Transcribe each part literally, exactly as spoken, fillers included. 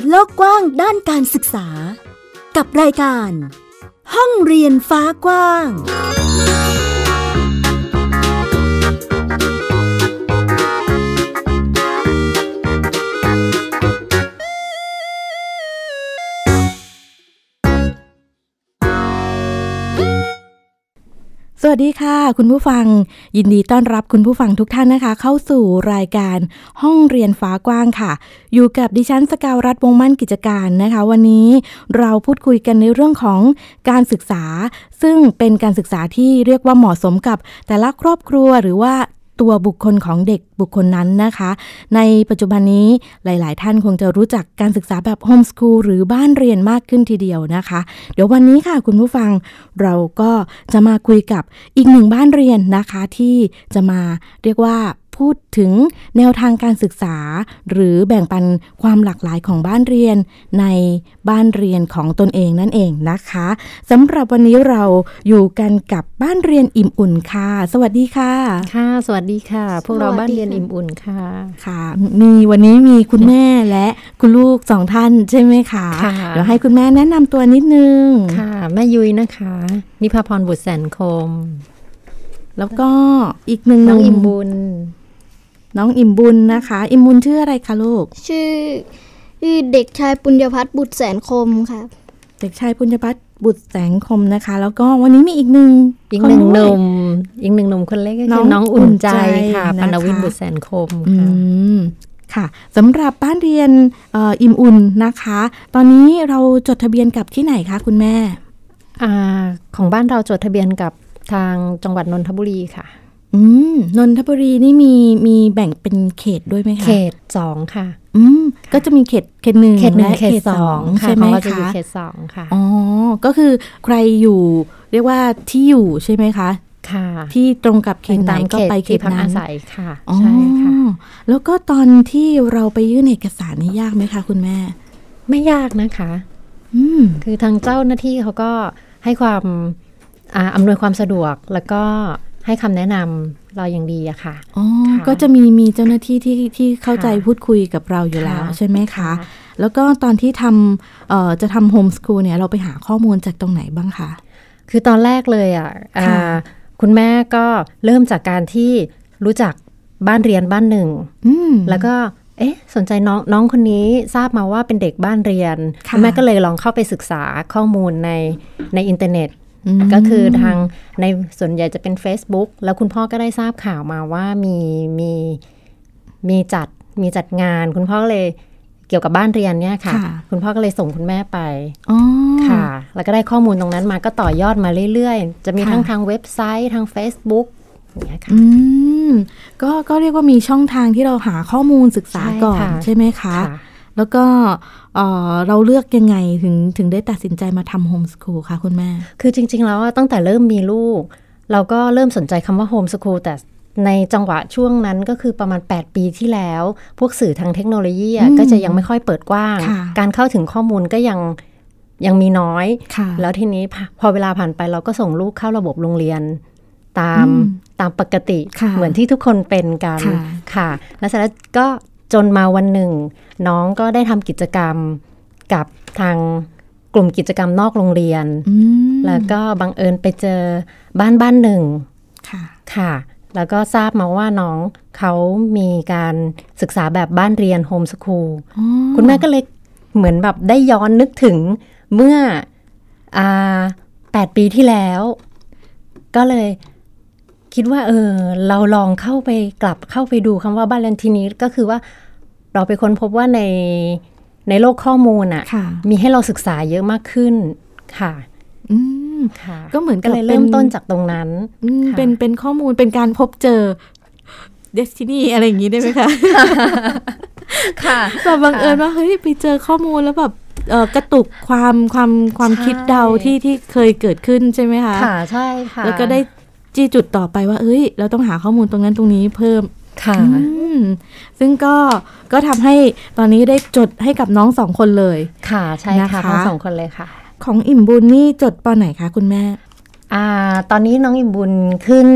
โลกกว้างด้านการศึกษากับรายการห้องเรียนฟ้ากว้างสวัสดีค่ะคุณผู้ฟังยินดีต้อนรับคุณผู้ฟังทุกท่านนะคะเข้าสู่รายการห้องเรียนฟ้ากว้างค่ะอยู่กับดิฉันสกาวรัตน์วงศ์มั่นกิจการนะคะวันนี้เราพูดคุยกันในเรื่องของการศึกษาซึ่งเป็นการศึกษาที่เรียกว่าเหมาะสมกับแต่ละครอบครัวหรือว่าตัวบุคคลของเด็กบุคคลนั้นนะคะในปัจจุบันนี้หลายๆท่านคงจะรู้จักการศึกษาแบบโฮมสคูลหรือบ้านเรียนมากขึ้นทีเดียวนะคะเดี๋ยววันนี้ค่ะคุณผู้ฟังเราก็จะมาคุยกับอีกหนึ่งบ้านเรียนนะคะที่จะมาเรียกว่าพูดถึงแนวทางการศึกษาหรือแบ่งปันความหลากหลายของบ้านเรียนในบ้านเรียนของตนเองนั่นเองนะคะสำหรับวันนี้เราอยู่กันกับบ้านเรียนอิ่มอุ่นค่ะสวัสดีค่ะค่ะสวัสดีค่ะพวกเราบ้านเรียนอิ่มอุ่นค่ะค่ะมีวันนี้มีคุณแม่และคุณลูกสองท่านใช่ไหมคะเดี๋ยวให้คุณแม่แนะนำตัวนิดนึงค่ะแม่ยุ้ยนะคะนิพาพรบุตรแสนคมแล้วก็อีกหนึ่งน้องอิ่มบุญน้องอิ่มบุญนะคะอิ่มบุญชื่ออะไรคะลูกชื่อชื่อเด็กชายปุญญพัฒน์บุตรแสนคมค่ะเด็กชายปุญญพัฒน์บุตรแสนคมนะคะแล้วก็วันนี้มีอีกหนึ่งอีกหนึ่งหนุ่มอีกหนึ่งหนุ่มคนเล็กก็คือน้องอุ่นใจค่ะปนวินบุตรแสนคมค่ะค่ะสำหรับบ้านเรียน อ, อิ่มอุ่นนะคะตอนนี้เราจดทะเบียนกับที่ไหนคะคุณแม่อ่าของบ้านเราจดทะเบียนกับทางจังหวัดนนทบุรีค่ะอืมนนทบุรีนี่มีมีแบ่งเป็นเขตด้วยไหมคะเขตสองค่ะอืมก็จะมีเขตเขตหนึ่งเขตหนึ่งเขตสองใช่ไหมคะจะอยู่เขตสองค่ะอ๋อก็คือใครอยู่เรียกว่าที่อยู่ใช่ไหมคะค่ะที่ตรงกับเขตนั้นก็ไปเขตนั้นอาศัยค่ะใช่ค่ะแล้วก็ตอนที่เราไปยื่นเอกสารนี่ยากไหมคะคุณแม่ไม่ยากนะคะอืมคือทางเจ้าหน้าที่เขาก็ให้ความอ่าอำนวยความสะดวกแล้วก็ให้คำแนะนำเราอย่างดีอะค่ะอ๋อก็จะมีมีเจ้าหน้าที่ที่ที่เข้าใจพูดคุยกับเราอยู่แล้วใช่ไหมคะแล้วก็ตอนที่ทำเอ่อจะทำโฮมสคูลเนี่ยเราไปหาข้อมูลจากตรงไหนบ้างคะคือตอนแรกเลยอะคุณแม่ก็เริ่มจากการที่รู้จักบ้านเรียนบ้านหนึ่งแล้วก็เอ๊ะสนใจน้องน้องคนนี้ทราบมาว่าเป็นเด็กบ้านเรียนคุณแม่ก็เลยลองเข้าไปศึกษาข้อมูลในในอินเทอร์เน็ตก็คือทางในส่วนใหญ่จะเป็น Facebook แล้วคุณพ่อก็ได้ทราบข่าวมาว่ามีมีมีจัดมีจัดงานคุณพ่อก็เลยเกี่ยวกับบ้านเรียนเนี่ยค่ะคุณพ่อก็เลยส่งคุณแม่ไปค่ะแล้วก็ได้ข้อมูลตรงนั้นมาก็ต่อยอดมาเรื่อยๆจะมีทั้งทางเว็บไซต์ทาง Facebook อย่างเงี้ยค่ะอืมก็ก็เรียกว่ามีช่องทางที่เราหาข้อมูลศึกษาก่อนใช่ไหมคะแล้วก็เอ่อเราเลือกยังไงถึงถึงได้ตัดสินใจมาทำโฮมสคูลคะคุณแม่คือจริงๆแล้วตั้งแต่เริ่มมีลูกเราก็เริ่มสนใจคำว่าโฮมสคูลแต่ในจังหวะช่วงนั้นก็คือประมาณแปดปีที่แล้วพวกสื่อทางเทคโนโลยีก็จะยังไม่ค่อยเปิดกว้างการเข้าถึงข้อมูลก็ยังยังมีน้อยแล้วทีนี้พอเวลาผ่านไปเราก็ส่งลูกเข้าระบบโรงเรียนตามตามปกติเหมือนที่ทุกคนเป็นกันค่ะแล้วเสร็จแล้วก็จนมาวันหนึ่งน้องก็ได้ทำกิจกรรมกับทางกลุ่มกิจกรรมนอกโรงเรียนแล้วก็บังเอิญไปเจอบ้านบ้านหนึ่งค่ะค่ะแล้วก็ทราบมาว่าน้องเขามีการศึกษาแบบบ้านเรียนโฮมสคูลคุณแม่ก็เลยเหมือนแบบได้ย้อนนึกถึงเมื่ออ่าแปดปีที่แล้วก็เลยคิดว่าเออเราลองเข้าไปกลับเข้าไปดูคำว่าบ้านเรียนทีนี้ก็คือว่าเราไปค้นพบว่าในในโลกข้อมูลอ่ะมีให้เราศึกษาเยอะมากขึ้นค่ะอืมค่ะก็เหมือนก็เลยเริ่มต้นจากตรงนั้นเป็นเป็นข้อมูลเป็นการพบเจอ Destiny อะไรอย่างนี้ได้ไหมคะค่ะแบบบังเอิญว่าเฮ้ยไปเจอข้อมูลแล้วแบบเอ่อกระตุกความความความคิดเดาที่ที่เคยเกิดขึ้นใช่ไหมคะค่ะใช่ค่ะแล้วก็ได้จี้จุดต่อไปว่าเอ้ยเราต้องหาข้อมูลตรงนั้นตรงนี้เพิ่มค่ะซึ่งก็ก็ทำให้ตอนนี้ได้จดให้กับน้องสองคนเลยค่ะใช่ค่ะทั้งสองคนเลยค่ะของอิ่มบุญนี่จดป.ไหนคะคุณแม่อ่าตอนนี้น้องอิ่มบุญขึ้น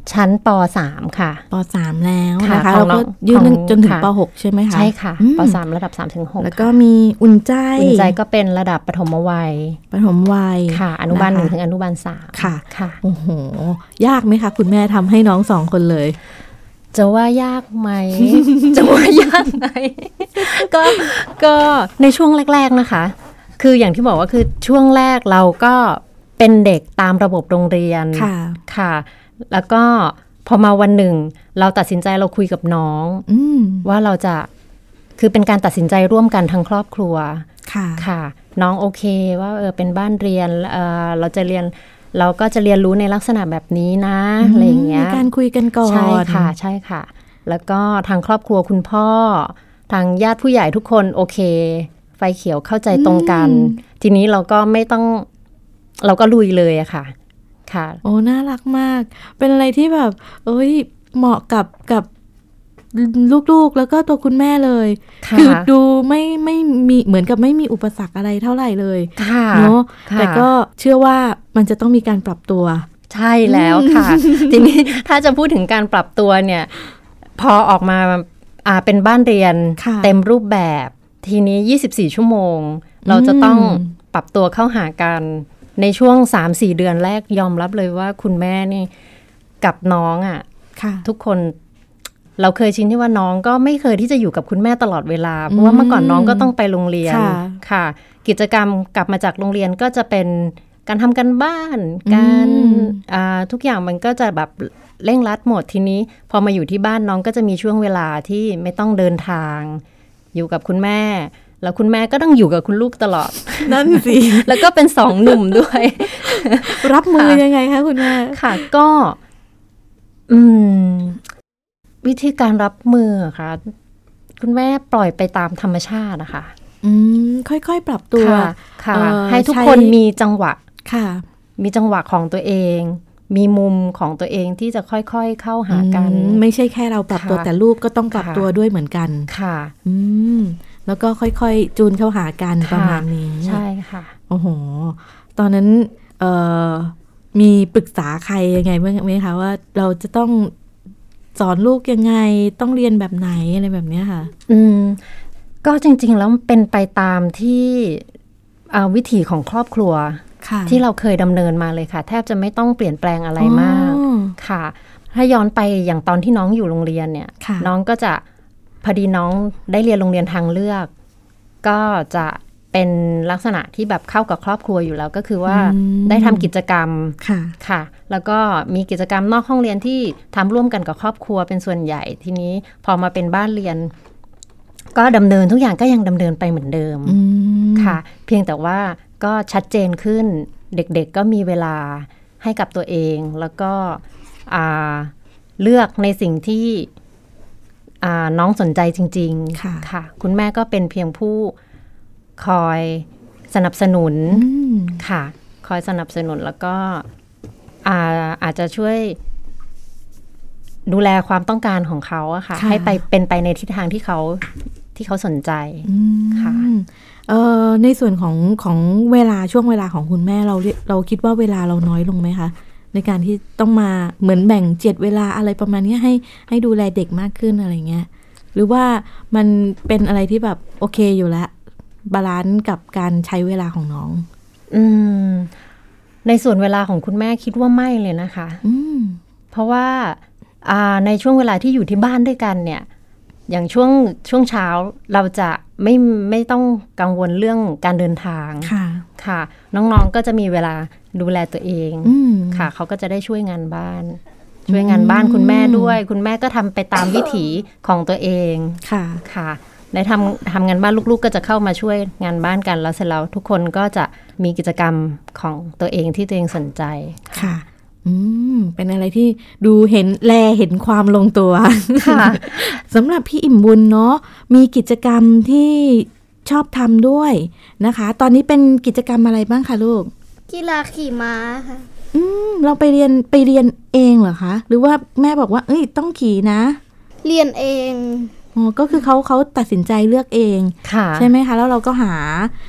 ชั้นป สาม ค่ะป สาม แล้วนะคะแล้วก็ยื่นจนถึงป หก ใช่ไหมคะใช่ค่ะป สาม ระดับ สามถึงหกแล้วก็มีอุ่นใจอุ่นใจก็เป็นระดับปฐมวัยปฐมวัยค่ะอนุบาลหนึ่งถึงอนุบาลสามค่ะค่ะโอ้โหยากไหมคะคุณแม่ทำให้น้องสองคนเลยจะว่ายากไหม จะว่ายากไหม ก็ก็ในช่วงแรกๆนะคะคืออย่างที่บอกว่าคือช่วงแรกเราก็เป็นเด็กตามระบบโรงเรียนค่ะค่ะแล้วก็พอมาวันหนึ่งเราตัดสินใจเราคุยกับน้องว่าเราจะคือเป็นการตัดสินใจร่วมกันทั้งครอบครัวค่ะค่ะน้องโอเคว่าเออเป็นบ้านเรียนเออเราจะเรียนเราก็จะเรียนรู้ในลักษณะแบบนี้นะอะไรอย่างเงี้ยการคุยกันก่อนใช่ค่ะใช่ค่ะแล้วก็ทางครอบครัวคุณพ่อทางญาติผู้ใหญ่ทุกคนโอเคไฟเขียวเข้าใจตรงกันทีนี้เราก็ไม่ต้องเราก็ลุยเลยอะค่ะค่ะโอ้น่ารักมากเป็นอะไรที่แบบเอ้ยเหมาะกับกับลูกๆแล้วก็ตัวคุณแม่เลยคือดูไม่ไม่มีเหมือนกับไม่มีอุปสรรคอะไรเท่าไหร่เลยเนาะแต่ก็เชื่อว่ามันจะต้องมีการปรับตัวใช่แล้วค่ะ ทีนี้ถ้าจะพูดถึงการปรับตัวเนี่ยพอออกมาอ่าเป็นบ้านเรียนเต็มรูปแบบทีนี้ยี่สิบสี่ชั่วโมงเราจะต้องปรับตัวเข้าหากันในช่วง สามสี่ เดือนแรกยอมรับเลยว่าคุณแม่นี่กับน้องอ่ะทุกคนเราเคยชินที่ว่าน้องก็ไม่เคยที่จะอยู่กับคุณแม่ตลอดเวลาเพราะว่าเมื่อก่อนน้องก็ต้องไปโรงเรียนค่ะกิจกรรมกลับมาจากโรงเรียนก็จะเป็นการทำกันบ้านการทุกอย่างมันก็จะแบบเร่งรัดหมดทีนี้พอมาอยู่ที่บ้านน้องก็จะมีช่วงเวลาที่ไม่ต้องเดินทางอยู่กับคุณแม่แล้วคุณแม่ก็ต้องอยู่กับคุณลูกตลอดนั่นสิแล้วก็เป็นสองหนุ่มด้วยรับมือยังไงคะคุณแม่ค่ะก็อืมวิธีการรับมือค่ะคุณแม่ปล่อยไปตามธรรมชาตินะคะอืมค่อยๆปรับตัวค่ะให้ทุกคนมีจังหวะค่ะมีจังหวะของตัวเองมีมุมของตัวเองที่จะค่อยๆเข้าหากันไม่ใช่แค่เราปรับตัวแต่ลูกก็ต้องปรับตัวด้วยเหมือนกันค่ะอืมแล้วก็ค่อยๆจูนเข้าหากันประมาณนี้ใช่ค่ะโอ้โหตอนนั้นเอ่อมีปรึกษาใครยังไงบ้างไหมคะว่าเราจะต้องสอนลูกยังไงต้องเรียนแบบไหนอะไรแบบนี้ค่ะอืมก็จริงๆแล้วเป็นไปตามที่วิถีของครอบครัวที่เราเคยดำเนินมาเลยค่ะแทบจะไม่ต้องเปลี่ยนแปลงอะไรมากค่ะถ้าย้อนไปอย่างตอนที่น้องอยู่โรงเรียนเนี่ยน้องก็จะพอดีน้องได้เรียนโรงเรียนทางเลือกก็จะเป็นลักษณะที่แบบเข้ากับครอบครัวอยู่แล้วก็คือว่าได้ทำกิจกรรมค่ะแล้วก็มีกิจกรรมนอกห้องเรียนที่ทำร่วมกันกับครอบครัวเป็นส่วนใหญ่ทีนี้พอมาเป็นบ้านเรียนก็ดำเนินทุกอย่างก็ยังดำเนินไปเหมือนเดิมค่ะเพียงแต่ว่าก็ชัดเจนขึ้นเด็กๆก็มีเวลาให้กับตัวเองแล้วก็เลือกในสิ่งที่น้องสนใจจริงๆ ค่ะค่ะคุณแม่ก็เป็นเพียงผู้คอยสนับสนุนค่ะคอยสนับสนุนแล้วก็อาอาจจะช่วยดูแลความต้องการของเขาอะค่ะให้ไปเป็นไปในทิศทางที่เขาที่เขาสนใจค่ะเอ่อในส่วนของของเวลาช่วงเวลาของคุณแม่เราเราคิดว่าเวลาเราน้อยลงไหมคะในการที่ต้องมาเหมือนแบ่งเจ็ดเวลาอะไรประมาณนี้ให้ให้ดูแลเด็กมากขึ้นอะไรเงี้ยหรือว่ามันเป็นอะไรที่แบบโอเคอยู่แล้วบาลานซ์กับการใช้เวลาของน้องอืมในส่วนเวลาของคุณแม่คิดว่าไม่เลยนะคะอืมเพราะว่าในช่วงเวลาที่อยู่ที่บ้านด้วยกันเนี่ยอย่างช่วงช่วงเช้าเราจะไม่ไม่ต้องกังวลเรื่องการเดินทางค่ะค่ะน้องๆก็จะมีเวลาดูแลตัวเองค่ะเขาก็จะได้ช่วยงานบ้านช่วยงานบ้านคุณแม่ด้วยคุณแม่ก็ทำไปตามวิถีของตัวเองค่ะค่ะได้ทำทำงานบ้านลูกๆก็จะเข้ามาช่วยงานบ้านกันแล้วเสร็จแล้วทุกคนก็จะมีกิจกรรมของตัวเองที่ตัวเองสนใจค่ะอืมเป็นอะไรที่ดูเห็นแลเห็นความลงตัวค่ะสำหรับพี่อิ่มบุญเนาะมีกิจกรรมที่ชอบทำด้วยนะคะตอนนี้เป็นกิจกรรมอะไรบ้างคะลูกกีฬาขี่ม้าค่ะอืมเราไปเรียนไปเรียนเองเหรอคะหรือว่าแม่บอกว่าเอ้ยต้องขี่นะเรียนเองอ๋อก็คือเขาเขาตัดสินใจเลือกเองใช่ไหมคะแล้วเราก็หา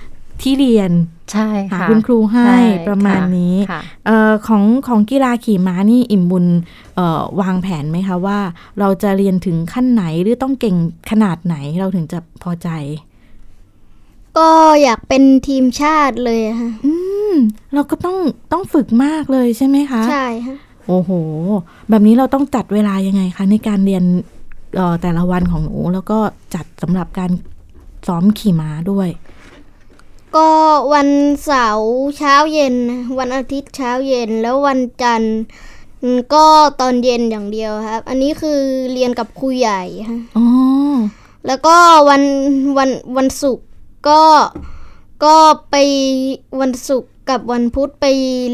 ที่เรียนใช่ค่ะหาคุณครูให้ประมาณนี้เอ่อของของกีฬาขี่ม้านี่อิ่มบุญเอ่อวางแผนไหมคะว่าเราจะเรียนถึงขั้นไหนหรือต้องเก่งขนาดไหนเราถึงจะพอใจก็อยากเป็นทีมชาติเลยค่ะอืมเราก็ต้องต้องฝึกมากเลยใช่ไหมคะใช่ค่ะโอ้โหแบบนี้เราต้องจัดเวลายังไงคะในการเรียนเอ่อแต่ละวันของหนูแล้วก็จัดสำหรับการซ้อมขี่ม้าด้วยก็วันเสาร์เช้าเย็นวันอาทิตย์เช้าเย็นแล้ววันจันทร์ก็ตอนเย็นอย่างเดียวครับอันนี้คือเรียนกับครูใหญ่ค่ะอ๋อแล้วก็วันวันวันศุกร์ก็ก็ไปวันศุกร์กับวันพุธไป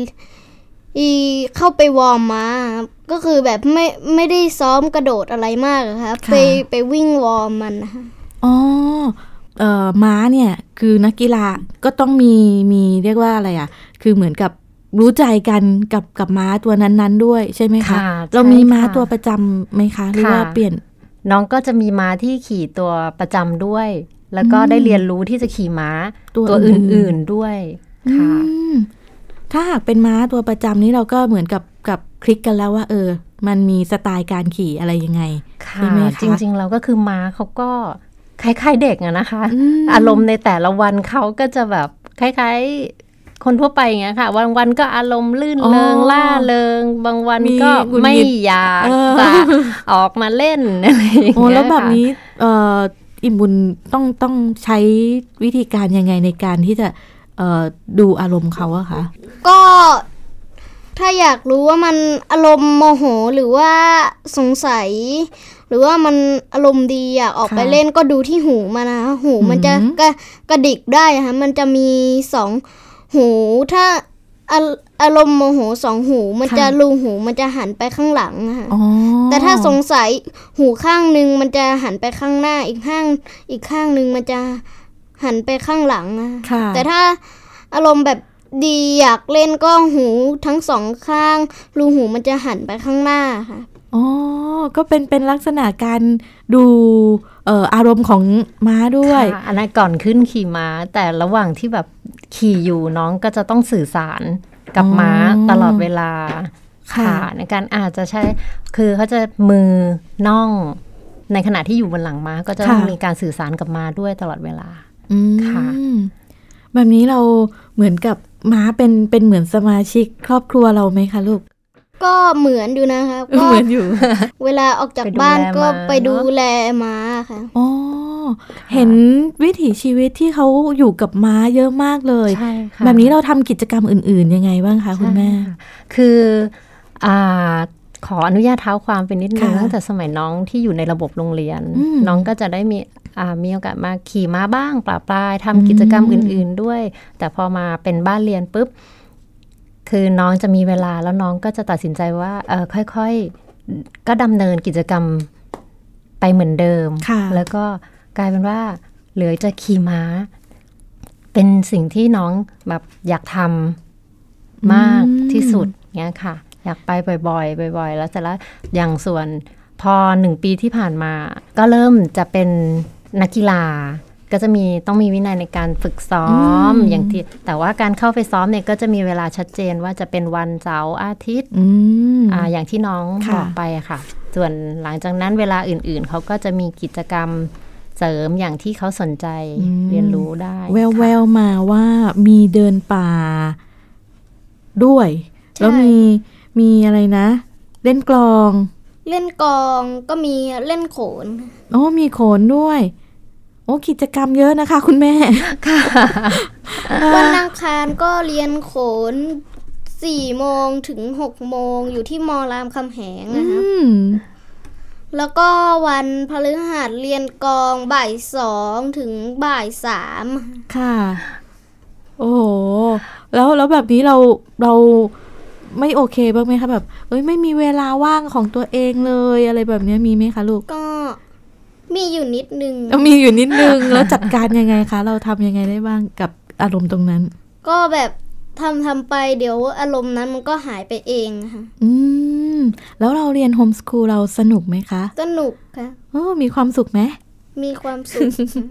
เข้าไปวอร์มม้าก็คือแบบไม่ไม่ได้ซ้อมกระโดดอะไรมากครับไปไปวิ่งวอร์มมันนะคะอ๋อเอ่อม้าเนี่ยคือนักกีฬาก็ต้องมีมีเรียกว่าอะไรอ่ะคือเหมือนกับรู้ใจกันกับกับม้าตัวนั้นๆด้วยใช่ไหมคะเรามีม้าตัวประจำไหมคะหรือว่าเปลี่ยนน้องก็จะมีม้าที่ขี่ตัวประจำด้วยแล้วก็ได้เรียนรู้ที่จะขี่ม้าตัวอื่นๆด้วยค่ะถ้าหากเป็นม้าตัวประจำนี้เราก็เหมือนกับกับคลิกกันแล้วว่าเออมันมีสไตล์การขี่อะไรยังไงใช่ไหมคะจริงๆเราก็คือม้าเขาก็คล้ายๆเด็กอะนะคะอารมณ์ในแต่ละวันเขาก็จะแบบคล้ายๆคนทั่วไปอย่างเงี้ยค่ะบางวันก็อารมณ์ลื่นเริงล่าเริงบางวันก็ไม่อยากจะออกมาเล่นอะไรอย่างเงี้ยค่ะแล้วแบบนี้อิ่มบุญต้องต้องใช้วิธีการยังไงในการที่จะดูอารมณ์เขาอะคะก็ถ้าอยากรู้ว่ามันอารมณ์โมโหหรือว่าสงสัยหรือว่ามันอารมณ์ดีอยากออกไปเล่นก็ดูที่หูมันนะหูมันจะกระกระดิกได้ค่ะมันจะมีสองหูถ้าอารมณ์โมโหสองหูมันจะรูหูมันจะหันไปข้างหลังค่ะแต่ถ้าสงสัยหูข้างนึงมันจะหันไปข้างหน้าอีกข้างอีกข้างนึงมันจะหันไปข้างหลังค่ะแต่ถ้าอารมณ์แบบดีอยากเล่นก็หูทั้งสองข้างรูหูมันจะหันไปข้างหน้าค่ะอ๋อก็เป็นเป็นลักษณะการดูเอ่ออารมณ์ของม้าด้วยอันนั้นก่อนขึ้นขี่ม้าแต่ระหว่างที่แบบขี่อยู่น้องก็จะต้องสื่อสารกับม้าตลอดเวลาค่ะในการอาจจะใช้คือเขาจะมือน่องในขณะที่อยู่บนหลังม้าก็จะต้องมีการสื่อสารกับม้าด้วยตลอดเวลาค่ะแบบนี้เราเหมือนกับม้าเป็นเป็นเหมือนสมาชิกครอบครัวเราไหมคะลูกก็เหมือนอยู่นะคะก็เหมือนอยู่เวลาออกจากบ้านก็ไปดูแลม้าค่ะอ๋อเห็นวิถีชีวิตที่เขาอยู่กับม้าเยอะมากเลยแบบนี้เราทำกิจกรรมอื่นๆยังไงบ้างคะคุณแม่คืออ่าขออนุญาตเท้าความเป็นนิดนึงตั้งแต่สมัยน้องที่อยู่ในระบบโรงเรียนน้องก็จะได้มีมีโอกาสมาขี่ม้าบ้างปลาปลายทำกิจกรรมอื่นๆด้วยแต่พอมาเป็นบ้านเรียนปุ๊บคือน้องจะมีเวลาแล้วน้องก็จะตัดสินใจว่าเออค่อยๆก็ดำเนินกิจกรรมไปเหมือนเดิมแล้วก็กลายเป็นว่าเหลือจะขี่ม้าเป็นสิ่งที่น้องแบบอยากทำมากที่สุดเงี้ยค่ะอยากไปบ่อยๆบ่อยๆแล้วเสร็จแล้วอย่างส่วนพอหนึ่งปีที่ผ่านมาก็เริ่มจะเป็นนักกีฬาก็จะมีต้องมีวินัยในการฝึกซ้อมอย่างที่แต่ว่าการเข้าไปซ้อมเนี่ยก็จะมีเวลาชัดเจนว่าจะเป็นวันเสาร์อาทิตย์อ่าอย่างที่น้องบอกไปอะค่ะส่วนหลังจากนั้นเวลาอื่นๆเขาก็จะมีกิจกรรมเสริมอย่างที่เขาสนใจเรียนรู้ได้แววๆมาว่ามีเดินป่าด้วยแล้วมีมีอะไรนะเล่นกลองเล่นกลองก็มีเล่นโขนโอ้มีโขนด้วยโอ้กิจกรรมเยอะนะคะคุณแม่ค่ะวันอังคารก็เรียนโขนสี่โมงถึงหกโมงอยู่ที่มอรามคำแหงนะคะแล้วก็วันพฤหัสเรียนกลองบ่ายสองถึงบ่ายสามค่ะโอ้โหแล้วแล้วแบบนี้เราเราไม่โอเคบ้างไหมคะแบบเอ้ยไม่มีเวลาว่างของตัวเองเลยอะไรแบบนี้มีไหมคะลูกก็มีอยู่นิดนึงมีอยู่นิดนึงแล้วจัดการยังไงคะเราทำยังไงได้บ้างกับอารมณ์ตรงนั้นก็แบบทำทำไปเดี๋ยวอารมณ์นั้นมันก็หายไปเองค่ะอืมแล้วเราเรียนโฮมสคูลเราสนุกไหมคะสนุกค่ะโอ้มีความสุขไหมมีความสุข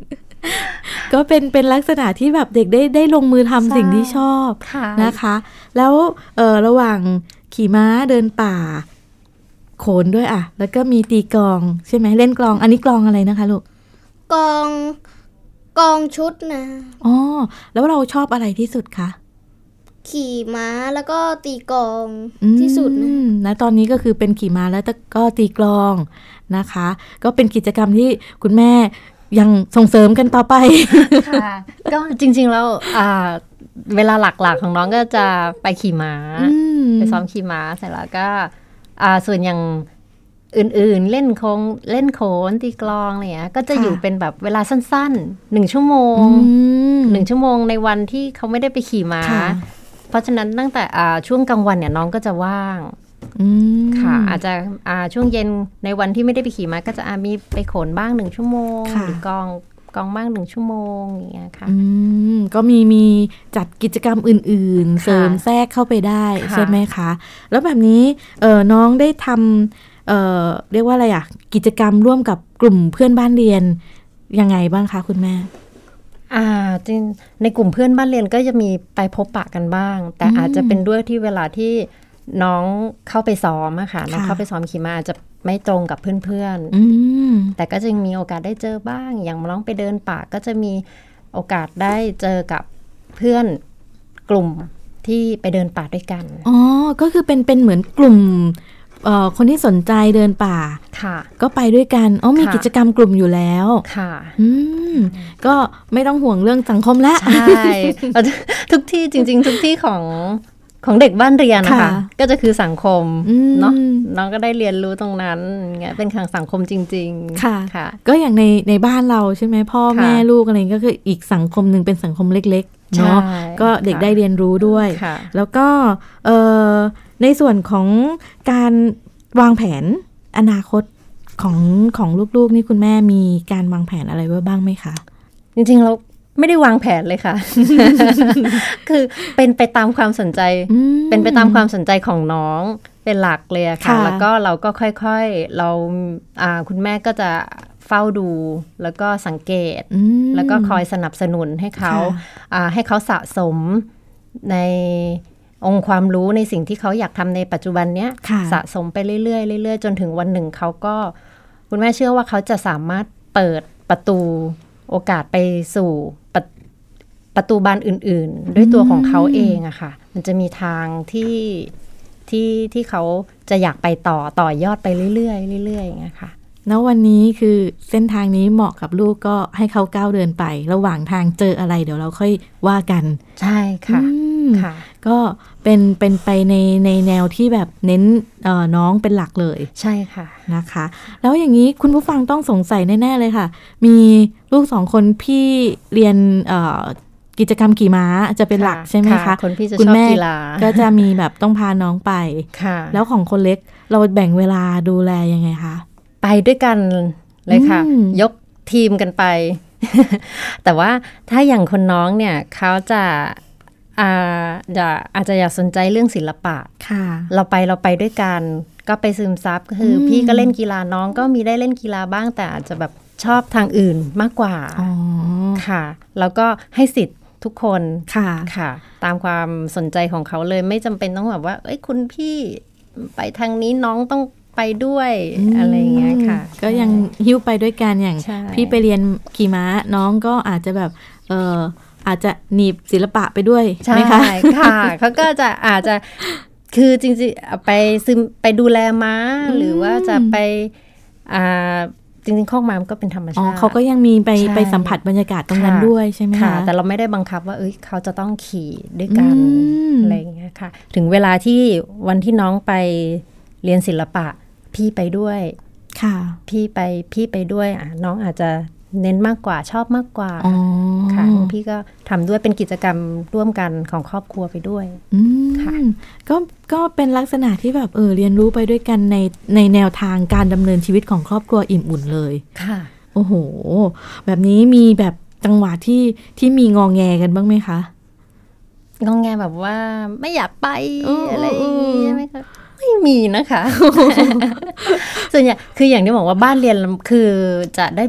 ก็เป็นเป็นลักษณะที่แบบเด็กได้ได้ลงมือทำสิ่งที่ชอบนะคะแล้วเออระหว่างขี่ม้าเดินป่าโขนด้วยอ่ะแล้วก็มีตีกลองใช่ไหมเล่นกลองอันนี้กลองอะไรนะคะลูกกลองกลองชุดนะอ๋อแล้วเราชอบอะไรที่สุดคะขี่ม้าแล้วก็ตีกลองที่สุดนะนะตอนนี้ก็คือเป็นขี่ม้าแล้วก็ตีกลองนะคะก็เป็นกิจกรรมที่คุณแม่ยังส่งเสริมกันต่อไปค่ะก็จริงๆแล้วเวลาหลักๆของน้องก็จะไปขี่ม้าไปซ้อมขี่ม้าเสร็จแล้วก็ส่วนอย่างอื่นๆเล่นโคงเล่นโขนตีกลองอะไรเงี้ยก็จะอยู่เป็นแบบเวลาสั้นๆหนึ่งชั่วโมงหนึ่งชั่วโมงในวันที่เขาไม่ได้ไปขี่ม้าเพราะฉะนั้นตั้งแต่ช่วงกลางวันเนี่ยน้องก็จะว่างค่ะอาจจะช่วงเย็นในวันที่ไม่ได้ไปขี่ม้าก็จะมีไปโขนบ้างหนึ่งชั่วโมงหรือกองกองบ้างหนึ่งชั่วโมงอย่างเงี้ยค่ะก็มีมีจัดกิจกรรมอื่นๆเสริมแทรกเข้าไปได้ใช่ไหมคะแล้วแบบนี้เออน้องได้ทำเอ่อเรียกว่าอะไรอ่ะกิจกรรมร่วมกับกลุ่มเพื่อนบ้านเรียนยังไงบ้างคะคุณแม่อ่าจริงในกลุ่มเพื่อนบ้านเรียนก็จะมีไปพบปะกันบ้างแต่อาจจะเป็นด้วยที่เวลาที่น้องเข้าไปซ้อมอะค่ะน้องเข้าไปซ้อมขี่ม้าอาจจะไม่ตรงกับเพื่อนๆแต่ก็จะมีโอกาสได้เจอบ้างอย่างน้องไปเดินป่าก็จะมีโอกาสได้เจอกับเพื่อนกลุ่มที่ไปเดินป่าด้วยกันอ๋อก็คือเป็นเป็นเหมือนกลุ่มเอ่อคนที่สนใจเดินป่าค่ะก็ไปด้วยกันอ๋อมีกิจกรรมกลุ่มอยู่แล้วค่ะอืมก็ไม่ต้องห่วงเรื่องสังคมละใช่ทุกที่จริงๆทุกที่ของของเด็กบ้านเรียนนะคะก็จะคือสังคมเนาะน้องก็ได้เรียนรู้ตรงนั้นเงี้ยเป็นทางสังคมจริงๆค่ะค่ะก็อย่างในในบ้านเราใช่ไหมพ่อแม่ลูกอะไรก็คืออีกสังคมหนึ่งเป็นสังคมเล็กๆเนาะก็เด็กได้เรียนรู้ด้วยแล้วก็เอ่อในส่วนของการวางแผนอนาคตของของลูกๆนี่คุณแม่มีการวางแผนอะไรไว้บ้างไหมคะจริงๆเราไม่ได้วางแผนเลยค่ะ คือเป็นไปตามความสนใจเป็นไปตามความสนใจของน้องเป็นหลักเลยค่ะแล้วก็เราก็ค่อยๆเราอ่าคุณแม่ก็จะเฝ้าดูแล้วก็สังเกตแล้วก็คอยสนับสนุนให้เขาอ่าให้เขาสะสมในองค์ความรู้ในสิ่งที่เขาอยากทำในปัจจุบันเนี้ยสะสมไปเรื่อยๆเรื่อยๆจนถึงวันหนึ่งเขาก็คุณแม่เชื่อว่าเขาจะสามารถเปิดประตูโอกาสไปสู่ประ, ประตูบานอื่นๆด้วยตัวของเขาเองอะค่ะมันจะมีทางที่ที่ที่เขาจะอยากไปต่อต่อยอดไปเรื่อยๆเรื่อยๆอย่างเงี้ยค่ะแล้ววันนี้คือเส้นทางนี้เหมาะกับลูกก็ให้เขาก้าวเดินไประหว่างทางเจออะไรเดี๋ยวเราค่อยว่ากันใช่ค่ะค่ะก็เป็นเป็นไปในในแนวที่แบบเน้นเอ่อน้องเป็นหลักเลยใช่ค่ะนะคะแล้วอย่างนี้คุณผู้ฟังต้องสงสัยแน่ๆเลยค่ะมีลูกสองคนพี่เรียนเอ่อกิจกรรมขี่ม้าจะเป็นหลักใช่ไหมคะคนพี่จะชอบกีฬาก็จะมีแบบต้องพาน้องไปแล้วของคนเล็กเราแบ่งเวลาดูแลยังไงคะไปด้วยกันเลยค่ะยกทีมกันไป แต่ว่าถ้าอย่างคนน้องเนี่ยเขาจะอาจะอาจจะอยากสนใจเรื่องศิลปะเราไปเราไปด้วยกันก็ไปซึมซับก็คือพี่ก็เล่นกีฬาน้องก็มีได้เล่นกีฬาบ้างแต่อาจจะแบบชอบทางอื่นมากกว่าค่ะแล้วก็ให้สิทธิ์ทุกคนค่ะค่ะตามความสนใจของเขาเลยไม่จำเป็นต้องแบบว่าเอ้ยคุณพี่ไปทางนี้น้องต้องไปด้วย อ, อะไรอย่างเงี้ยค่ะก็ยังหิ้วไปด้วยกันอย่างพี่ไปเรียนขี่ม้าน้องก็อาจจะแบบเอออาจจะหนีบศิลปะไปด้วยไหมคะใช่ค่ะเขาก็จะอาจจะคือจริงๆไปซึมไปดูแลม้าหรือว่าจะไปอ่าจริงๆข้องม้ามันก็เป็นธรรมชาติเขาก็ยังมีไปไปสัมผัสบรรยากาศตรงนั้นด้วยใช่ไหมคะแต่เราไม่ได้บังคับว่าเอ้ยเขาจะต้องขี่ด้วยกันอะไรอย่างเงี้ยค่ะถึงเวลาที่วันที่น้องไปเรียนศิลปะพี่ไปด้วยค่ะพี่ไปพี่ไปด้วยอ่ะน้องอาจจะเน้นมากกว่าชอบมากกว่าค่ะพี่ก็ทำด้วยเป็นกิจกรรมร่วมกันของครอบครัวไปด้วยค่ะก็ก็เป็นลักษณะที่แบบเออเรียนรู้ไปด้วยกันในในแนวทางการดำเนินชีวิตของครอบครัวอิ่มอุ่นเลยค่ะโอ้โหแบบนี้มีแบบจังหวะที่ที่มีงอแงกันบ้างไหมคะงอแงแบบว่าไม่อยากไปอะไรอย่างนี้ใช่ไหมคะไม่มีนะคะ ส่วนใหญ่คืออย่างที่บอกว่าบ้านเรียนคือจะได้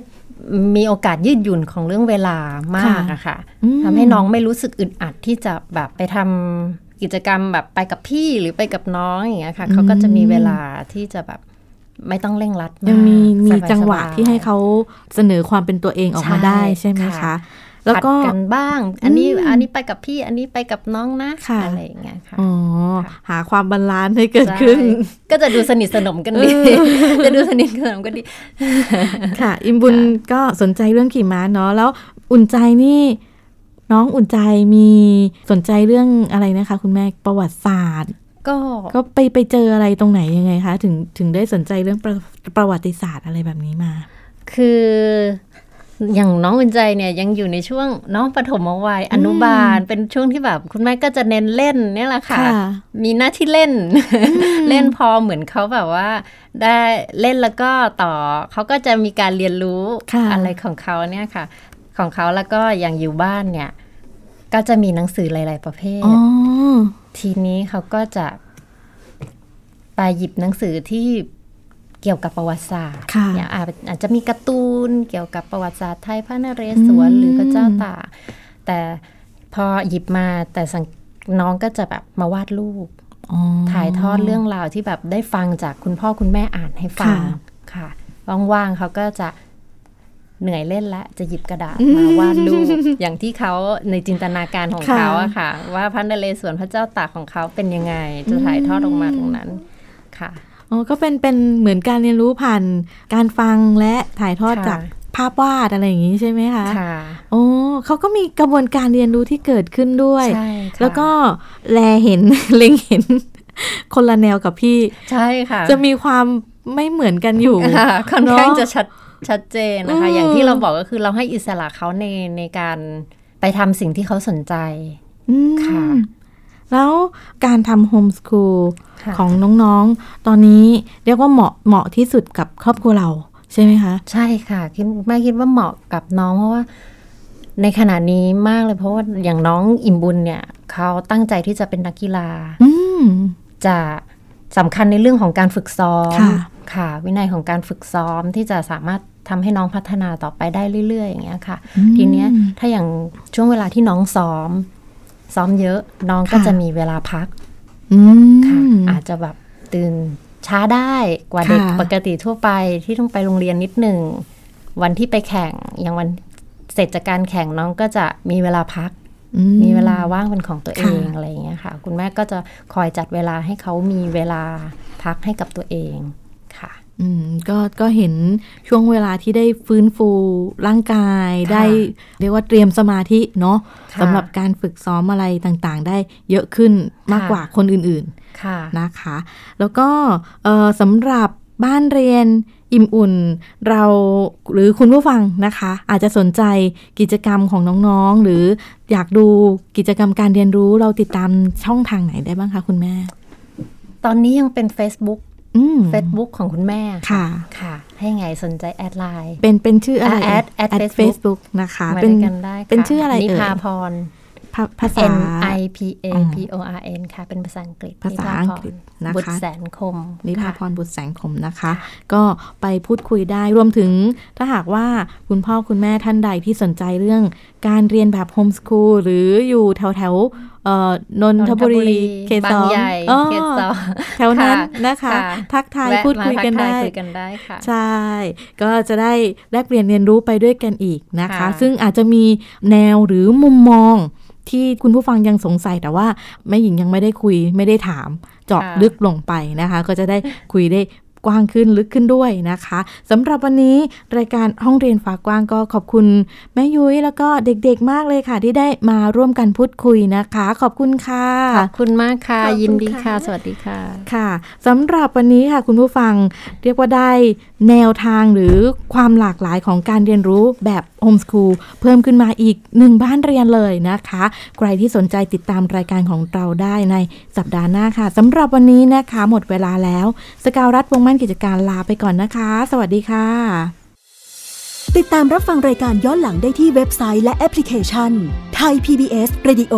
มีโอกาสยืดหยุ่นของเรื่องเวลามากอะค่ะทำให้น้องไม่รู้สึกอึดอัดที่จะแบบไปทำกิจกรรมแบบไปกับพี่หรือไปกับน้องอย่างเงี้ยค่ะเขาก็จะมีเวลาที่จะแบบไม่ต้องเร่งรัดยังมีมีจังหวะที่ให้เขาเสนอความเป็นตัวเองออกมาได้ใช่ไหมคะแล้วก็กันบ้างอันนี้อันนี้ไปกับพี่อันนี้ไปกับน้องนะอะไรอย่างเงี้ยค่ะอ๋อหาความบาลานซ์ให้เกิดขึ้นก็จะดูสนิทสนมกันดีจะดูสนิทสนมกันดีค่ะอิมบุญก็สนใจเรื่องขี่ม้าเนาะแล้วอุ่นใจนี่น้องอุ่นใจมีสนใจเรื่องอะไรนะคะคุณแม่ประวัติศาสตร์ก็ก็ไปไปเจออะไรตรงไหนยังไงคะถึงถึงได้สนใจเรื่องประประวัติศาสตร์อะไรแบบนี้มาคืออย่างน้องอุ่นใจเนี่ยยังอยู่ในช่วงน้องปฐมวัยอนุบาลเป็นช่วงที่แบบคุณแม่ก็จะเน้นเล่นเนี่ยแหละค่ะมีหน้าที่เล่น เล่นพอเหมือนเขาแบบว่าได้เล่นแล้วก็ต่อเขาก็จะมีการเรียนรู้อะไรของเขาเนี่ยค่ะของเขาแล้วก็อย่างอยู่บ้านเนี่ยก็จะมีหนังสือหลายๆประเภททีนี้เขาก็จะไปหยิบหนังสือที่เกี่ยวกับประวัติศาสตร์เนี่ยอาจจะมีการ์ตูนเกี่ยวกับประวัติศาสตร์ไทยพระนเรศวรหรือพระเจ้าตากแต่พอหยิบมาแต่น้องก็จะแบบมาวาดรูปถ่ายทอดเรื่องราวที่แบบได้ฟังจากคุณพ่อคุณแม่อ่านให้ฟังค่ะว่างๆเขาก็จะเหนื่อยเล่นและจะหยิบกระดาษมาวาดรูป อย่างที่เขาในจินตนาการของเขาอะค่ะว่าพระนเรศวรพระเจ้าตากของเขาเป็นยังไงจะถ่ายทอดออกมาตรงนั้นค่ะอ๋อก็เป็นเป็นเหมือนการเรียนรู้ผ่านการฟังและถ่ายทอดจากภาพวาดอะไรอย่างนี้ใช่ไหมคะค่ะโอ้เขาก็มีกระบวนการเรียนรู้ที่เกิดขึ้นด้วยใช่แล้วก็แลเห็น เล็งเห็นคนละแนวกับพี่ใช่ค่ะจะมีความไม่เหมือนกันอยู่ค่อนข้างจะชัดชัดเจนนะคะอย่างที่เราบอกก็คือเราให้อิสระเขาในในการไปทำสิ่งที่เขาสนใจค่ะแล้วการทำโฮมสคูลของน้องๆตอนนี้เรียกว่าเหมาะเหมาะที่สุดกับครอบครัวเราใช่ไหมคะใช่ค่ะคิดแม่คิดว่าเหมาะกับน้องเพราะว่าในขณะนี้มากเลยเพราะว่าอย่างน้องอิ่มบุญเนี่ยเขาตั้งใจที่จะเป็นนักกีฬาจะสำคัญในเรื่องของการฝึกซ้อมค่ะวินัยของการฝึกซ้อมที่จะสามารถทำให้น้องพัฒนาต่อไปได้เรื่อยๆอย่างเงี้ยค่ะทีเนี้ยถ้าอย่างช่วงเวลาที่น้องซ้อมซ้อมเยอะน้องก็จะมีเวลาพักค่ะอาจจะแบบตื่นช้าได้กว่าเด็กปกติทั่วไปที่ต้องไปโรงเรียนนิดหนึ่งวันที่ไปแข่งอย่างวันเสร็จจากการแข่งน้องก็จะมีเวลาพักมีเวลาว่างเป็นของตัวเองอะไรอย่างเงี้ยค่ะคุณแม่ก็จะคอยจัดเวลาให้เขามีเวลาพักให้กับตัวเองค่ะอืมก็ก็เห็นช่วงเวลาที่ได้ฟื้นฟูร่างกายได้เรียกว่าเตรียมสมาธิเนาะสำหรับการฝึกซ้อมอะไรต่างๆได้เยอะขึ้นมากกว่าคนอื่นๆนะคะแล้วก็สำหรับบ้านเรียนอิ่มอุ่นเราหรือคุณผู้ฟังนะคะอาจจะสนใจกิจกรรมของน้องๆหรืออยากดูกิจกรรมการเรียนรู้เราติดตามช่องทางไหนได้บ้างคะคุณแม่ตอนนี้ยังเป็น Facebook Facebook ของคุณแม่ค่ะค่ะให้ไงสนใจแอดไลน์เป็นเป็นชื่ออะไรแอดแอด Facebook นะคะเป็นกันได้เป็นชื่ออะไรเอ่ยนิพาพรภาษา N I P A P O R N ค่ะเป็นภาษาอังกฤษภาษาอังกฤษนะคะบุตรแสนคมนิพาพรบุตรแสนคมนะคะก็ไปพูดคุยได้รวมถึงถ้าหากว่าคุณพ่อคุณแม่ท่านใดที่สนใจเรื่องการเรียนแบบโฮมสคูลหรืออยู่แถวแถวนนทบุรีเขตสองแถวนั้นนะคะทักทายพูดคุยกันได้ใช่ก็จะได้แลกเปลี่ยนเรียนรู้ไปด้วยกันอีกนะคะซึ่งอาจจะมีแนวหรือมุมมองที่คุณผู้ฟังยังสงสัยแต่ว่าแม่หญิงยังไม่ได้คุยไม่ได้ถามเจาะลึกลงไปนะคะก็จะได้คุยได้กว้างขึ้นลึกขึ้นด้วยนะคะสำหรับวันนี้รายการห้องเรียนฝากกว้างก็ขอบคุณแม่ยุ้ยแล้วก็เด็กๆมากเลยค่ะที่ได้มาร่วมกันพูดคุยนะคะขอบคุณค่ะขอบคุณมากค่ะยินดีค่ะสวัสดีค่ะค่ะสำหรับวันนี้ค่ะคุณผู้ฟังเรียกว่าได้แนวทางหรือความหลากหลายของการเรียนรู้แบบโฮมสคูลเพิ่มขึ้นมาอีกหนึ่งบ้านเรียนเลยนะคะใครที่สนใจติดตามรายการของเราได้ในสัปดาห์หน้าค่ะสำหรับวันนี้นะคะหมดเวลาแล้วสกาวรัฐวงมั่นกิจการลาไปก่อนนะคะสวัสดีค่ะติดตามรับฟังรายการย้อนหลังได้ที่เว็บไซต์และแอปพลิเคชัน Thai พี บี เอส Radio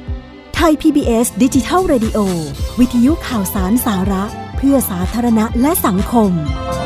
Thai พี บี เอส Digital Radio วิทยุข่าวสารสาระเพื่อสาธารณะและสังคม